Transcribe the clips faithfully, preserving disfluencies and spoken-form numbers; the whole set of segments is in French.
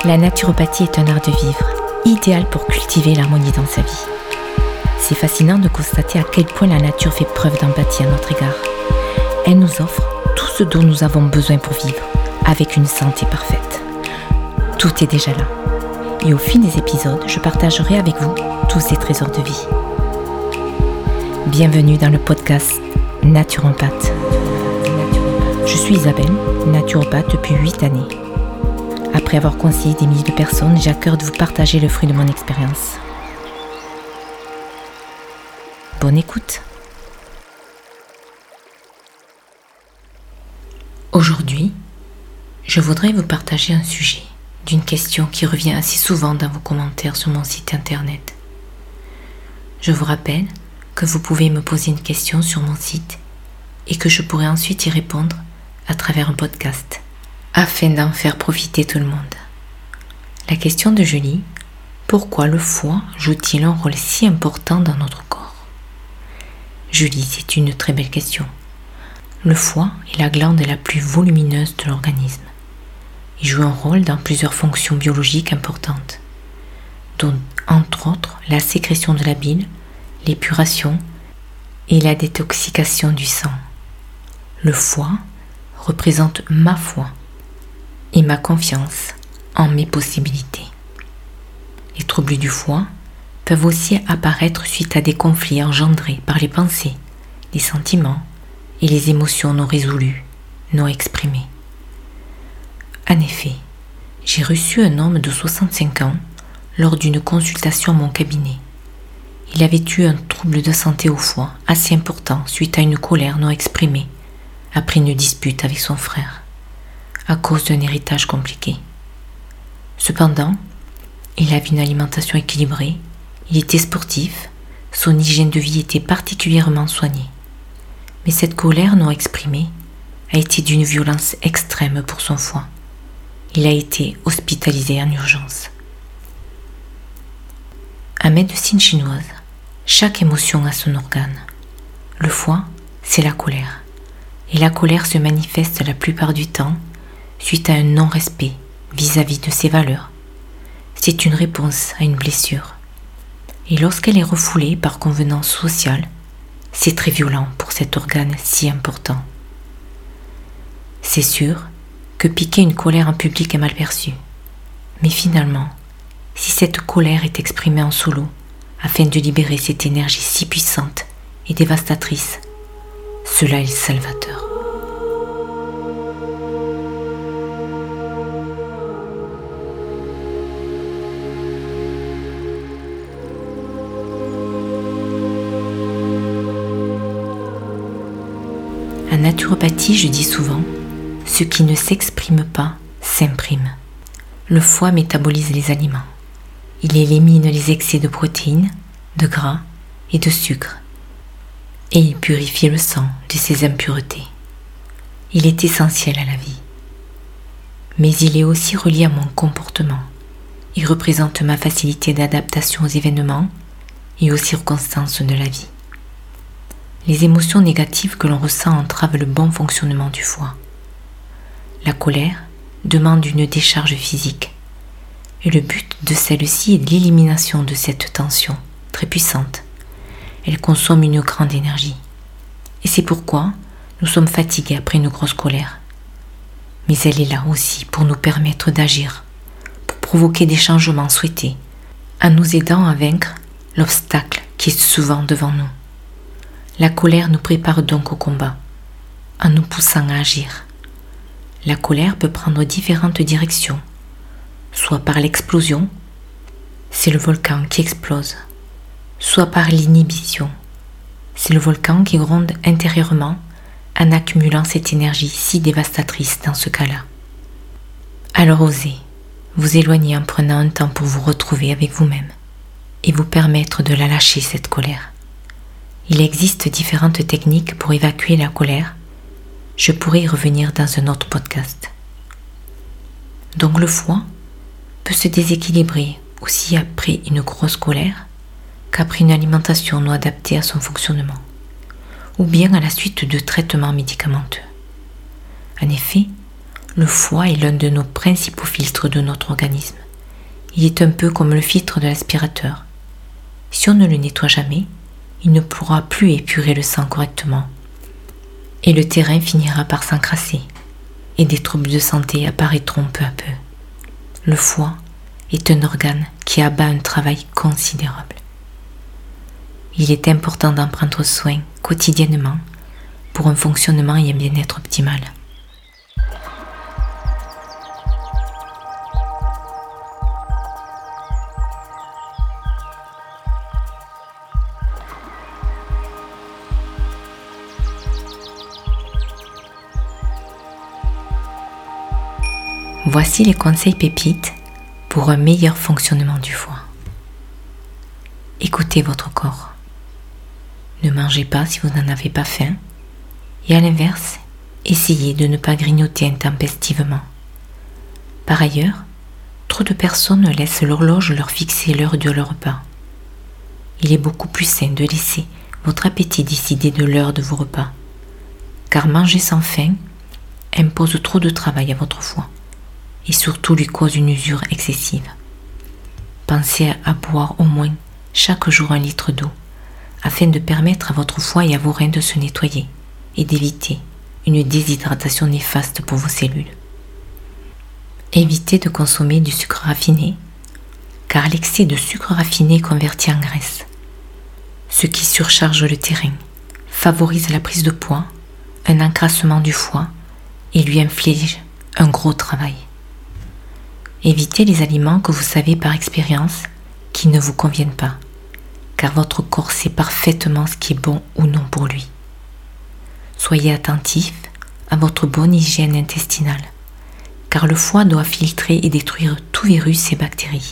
La naturopathie est un art de vivre, idéal pour cultiver l'harmonie dans sa vie. C'est fascinant de constater à quel point la nature fait preuve d'empathie à notre égard. Elle nous offre tout ce dont nous avons besoin pour vivre, avec une santé parfaite. Tout est déjà là. Et au fil des épisodes, je partagerai avec vous tous ces trésors de vie. Bienvenue dans le podcast Naturopathe. Je suis Isabelle, naturopathe depuis huit années. Après avoir conseillé des milliers de personnes, j'ai à cœur de vous partager le fruit de mon expérience. Bonne écoute. Aujourd'hui, je voudrais vous partager un sujet d'une question qui revient assez souvent dans vos commentaires sur mon site internet. Je vous rappelle que vous pouvez me poser une question sur mon site et que je pourrai ensuite y répondre à travers un podcast, afin d'en faire profiter tout le monde. La question de Julie: pourquoi le foie joue-t-il un rôle si important dans notre corps? Julie, c'est une très belle question. Le foie est la glande la plus volumineuse de l'organisme. Il joue un rôle dans plusieurs fonctions biologiques importantes, dont entre autres la sécrétion de la bile, l'épuration et la détoxication du sang. Le foie représente ma foi et ma confiance en mes possibilités. Les troubles du foie peuvent aussi apparaître suite à des conflits engendrés par les pensées, les sentiments et les émotions non résolues, non exprimées. En effet, j'ai reçu un homme de soixante-cinq ans lors d'une consultation à mon cabinet. Il avait eu un trouble de santé au foie assez important suite à une colère non exprimée après une dispute avec son frère, à cause d'un héritage compliqué. Cependant, il avait une alimentation équilibrée, il était sportif, son hygiène de vie était particulièrement soignée. Mais cette colère non exprimée a été d'une violence extrême pour son foie. Il a été hospitalisé en urgence. En médecine chinoise, chaque émotion a son organe. Le foie, c'est la colère. Et la colère se manifeste la plupart du temps suite à un non-respect vis-à-vis de ses valeurs. C'est une réponse à une blessure. Et lorsqu'elle est refoulée par convenance sociale, c'est très violent pour cet organe si important. C'est sûr que piquer une colère en public est mal perçu. Mais finalement, si cette colère est exprimée en solo, afin de libérer cette énergie si puissante et dévastatrice, cela est salvateur. En naturopathie, je dis souvent, ce qui ne s'exprime pas s'imprime. Le foie métabolise les aliments. Il élimine les excès de protéines, de gras et de sucre. Et il purifie le sang de ses impuretés. Il est essentiel à la vie. Mais il est aussi relié à mon comportement. Il représente ma facilité d'adaptation aux événements et aux circonstances de la vie. Les émotions négatives que l'on ressent entravent le bon fonctionnement du foie. La colère demande une décharge physique. Et le but de celle-ci est l'élimination de cette tension très puissante. Elle consomme une grande énergie. Et c'est pourquoi nous sommes fatigués après une grosse colère. Mais elle est là aussi pour nous permettre d'agir, pour provoquer des changements souhaités, en nous aidant à vaincre l'obstacle qui est souvent devant nous. La colère nous prépare donc au combat, en nous poussant à agir. La colère peut prendre différentes directions, soit par l'explosion, c'est le volcan qui explose, soit par l'inhibition, c'est le volcan qui gronde intérieurement en accumulant cette énergie si dévastatrice dans ce cas-là. Alors osez vous éloigner en prenant un temps pour vous retrouver avec vous-même et vous permettre de la lâcher, cette colère. Il existe différentes techniques pour évacuer la colère. Je pourrais y revenir dans un autre podcast. Donc le foie peut se déséquilibrer aussi après une grosse colère qu'après une alimentation non adaptée à son fonctionnement, ou bien à la suite de traitements médicamenteux. En effet, Le foie est l'un de nos principaux filtres de notre organisme. Il est un peu comme le filtre de l'aspirateur. Si on ne le nettoie jamais, il ne pourra plus épurer le sang correctement. Et le terrain finira par s'encrasser, et des troubles de santé apparaîtront peu à peu. Le foie est un organe qui abat un travail considérable. Il est important d'en prendre soin quotidiennement pour un fonctionnement et un bien-être optimal. Voici les conseils pépites pour un meilleur fonctionnement du foie. Écoutez votre corps. Ne mangez pas si vous n'en avez pas faim. Et à l'inverse, essayez de ne pas grignoter intempestivement. Par ailleurs, trop de personnes laissent l'horloge leur fixer l'heure de leur repas. Il est beaucoup plus sain de laisser votre appétit décider de l'heure de vos repas, car manger sans faim impose trop de travail à votre foie et surtout lui cause une usure excessive. Pensez à boire au moins chaque jour un litre d'eau afin de permettre à votre foie et à vos reins de se nettoyer et d'éviter une déshydratation néfaste pour vos cellules. Évitez de consommer du sucre raffiné, car l'excès de sucre raffiné convertit en graisse, ce qui surcharge le terrain, favorise la prise de poids, un encrassement du foie et lui inflige un gros travail. Évitez les aliments que vous savez par expérience qui ne vous conviennent pas, car votre corps sait parfaitement ce qui est bon ou non pour lui. Soyez attentif à votre bonne hygiène intestinale, car le foie doit filtrer et détruire tout virus et bactéries.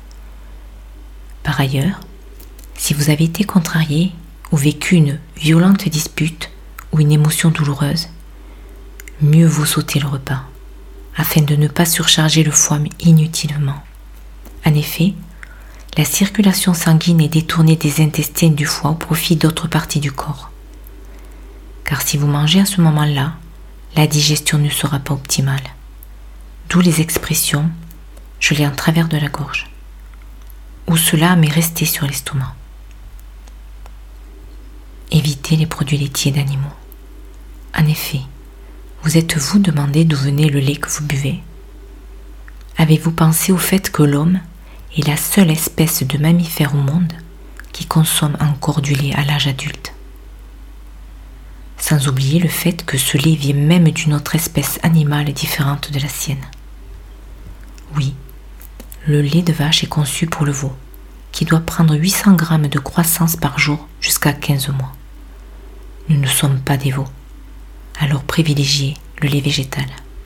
Par ailleurs, si vous avez été contrarié ou vécu une violente dispute ou une émotion douloureuse, mieux vaut sauter le repas, afin de ne pas surcharger le foie inutilement. En effet, la circulation sanguine est détournée des intestins du foie au profit d'autres parties du corps. Car si vous mangez à ce moment-là, la digestion ne sera pas optimale. D'où les expressions « je l'ai en travers de la gorge » ou « cela m'est resté sur l'estomac ». Évitez les produits laitiers d'animaux. En effet, vous êtes-vous demandé d'où venait le lait que vous buvez? Avez-vous pensé au fait que l'homme est la seule espèce de mammifère au monde qui consomme encore du lait à l'âge adulte? Sans oublier le fait que ce lait vient même d'une autre espèce animale différente de la sienne. Oui, le lait de vache est conçu pour le veau, qui doit prendre huit cents grammes de croissance par jour jusqu'à quinze mois. Nous ne sommes pas des veaux, alors privilégiez le lait végétal.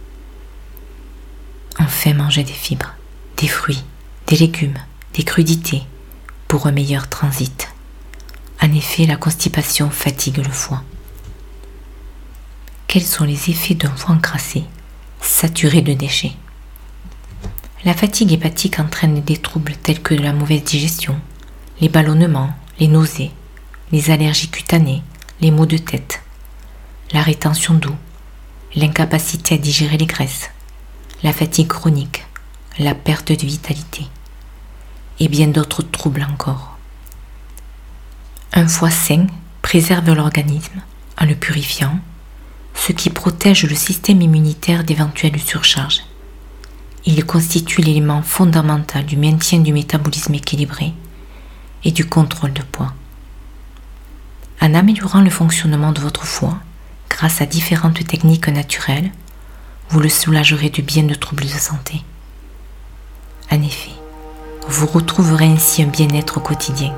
Enfin, mangez des fibres, des fruits, des légumes, des crudités, pour un meilleur transit. En effet, la constipation fatigue le foie. Quels sont les effets d'un foie encrassé, saturé de déchets? La fatigue hépatique entraîne des troubles tels que la mauvaise digestion, les ballonnements, les nausées, les allergies cutanées, les maux de tête, la rétention d'eau, l'incapacité à digérer les graisses, la fatigue chronique, la perte de vitalité et bien d'autres troubles encore. Un foie sain préserve l'organisme en le purifiant, ce qui protège le système immunitaire d'éventuelles surcharges. Il constitue l'élément fondamental du maintien du métabolisme équilibré et du contrôle de poids. En améliorant le fonctionnement de votre foie, grâce à différentes techniques naturelles, vous le soulagerez de bien de troubles de santé. En effet, vous retrouverez ainsi un bien-être quotidien.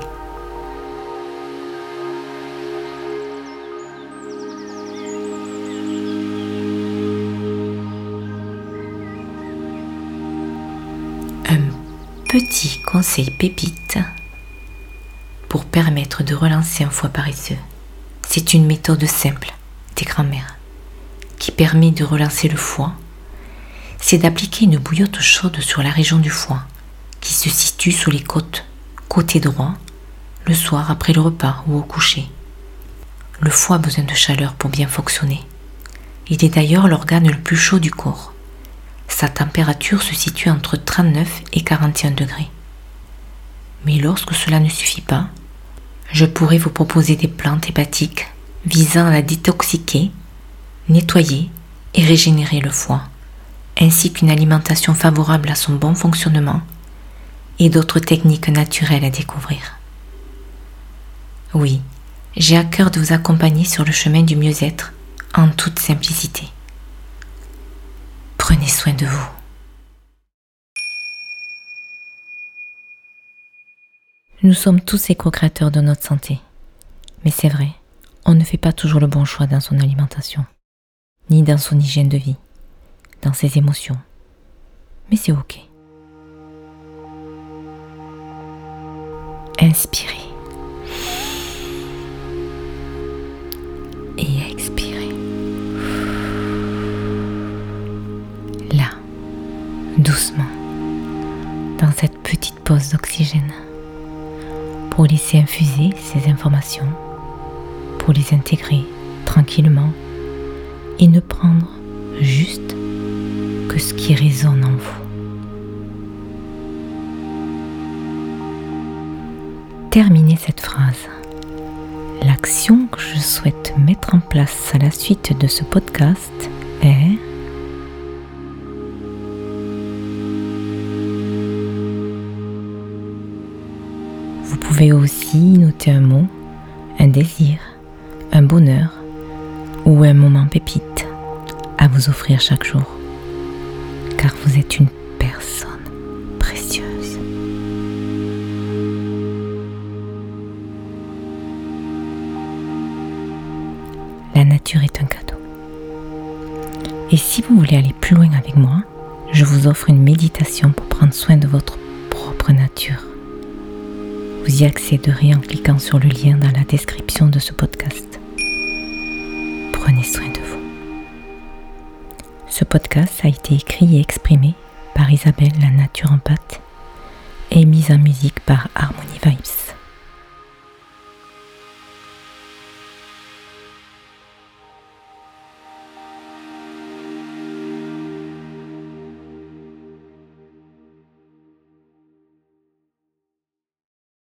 Un petit conseil pépite pour permettre de relancer un foie paresseux. C'est une méthode simple des grands-mères qui permet de relancer le foie. C'est d'appliquer une bouillotte chaude sur la région du foie qui se situe sous les côtes, côté droit, le soir après le repas ou au coucher. Le foie a besoin de chaleur pour bien fonctionner. Il est d'ailleurs l'organe le plus chaud du corps sa température se situe entre trente-neuf et quarante et un degrés. Mais lorsque cela ne suffit pas, je pourrais vous proposer des plantes hépatiques visant à la détoxiquer, nettoyer et régénérer le foie, ainsi qu'une alimentation favorable à son bon fonctionnement et d'autres techniques naturelles à découvrir. Oui, j'ai à cœur de vous accompagner sur le chemin du mieux-être en toute simplicité. Prenez soin de vous. Nous sommes tous éco-créateurs de notre santé. Mais c'est vrai, on ne fait pas toujours le bon choix dans son alimentation, ni dans son hygiène de vie, dans ses émotions. Mais c'est ok. Inspirez. Et expirez. Là, doucement, dans cette petite pause d'oxygène, pour laisser infuser ces informations, pour les intégrer tranquillement et ne prendre juste que ce qui résonne en vous. Terminez cette phrase. L'action que je souhaite mettre en place à la suite de ce podcast est Vous pouvez aussi noter un mot, un désir, un bonheur ou un moment pépite à vous offrir chaque jour, car vous êtes une personne précieuse. La nature est un cadeau. Et si vous voulez aller plus loin avec moi, je vous offre une méditation pour prendre soin de votre propre nature. Vous y accéderez en cliquant sur le lien dans la description de ce podcast. Prenez soin de vous. Ce podcast a été écrit et exprimé par Isabelle la naturopathe et mis en musique par Harmony Vibes.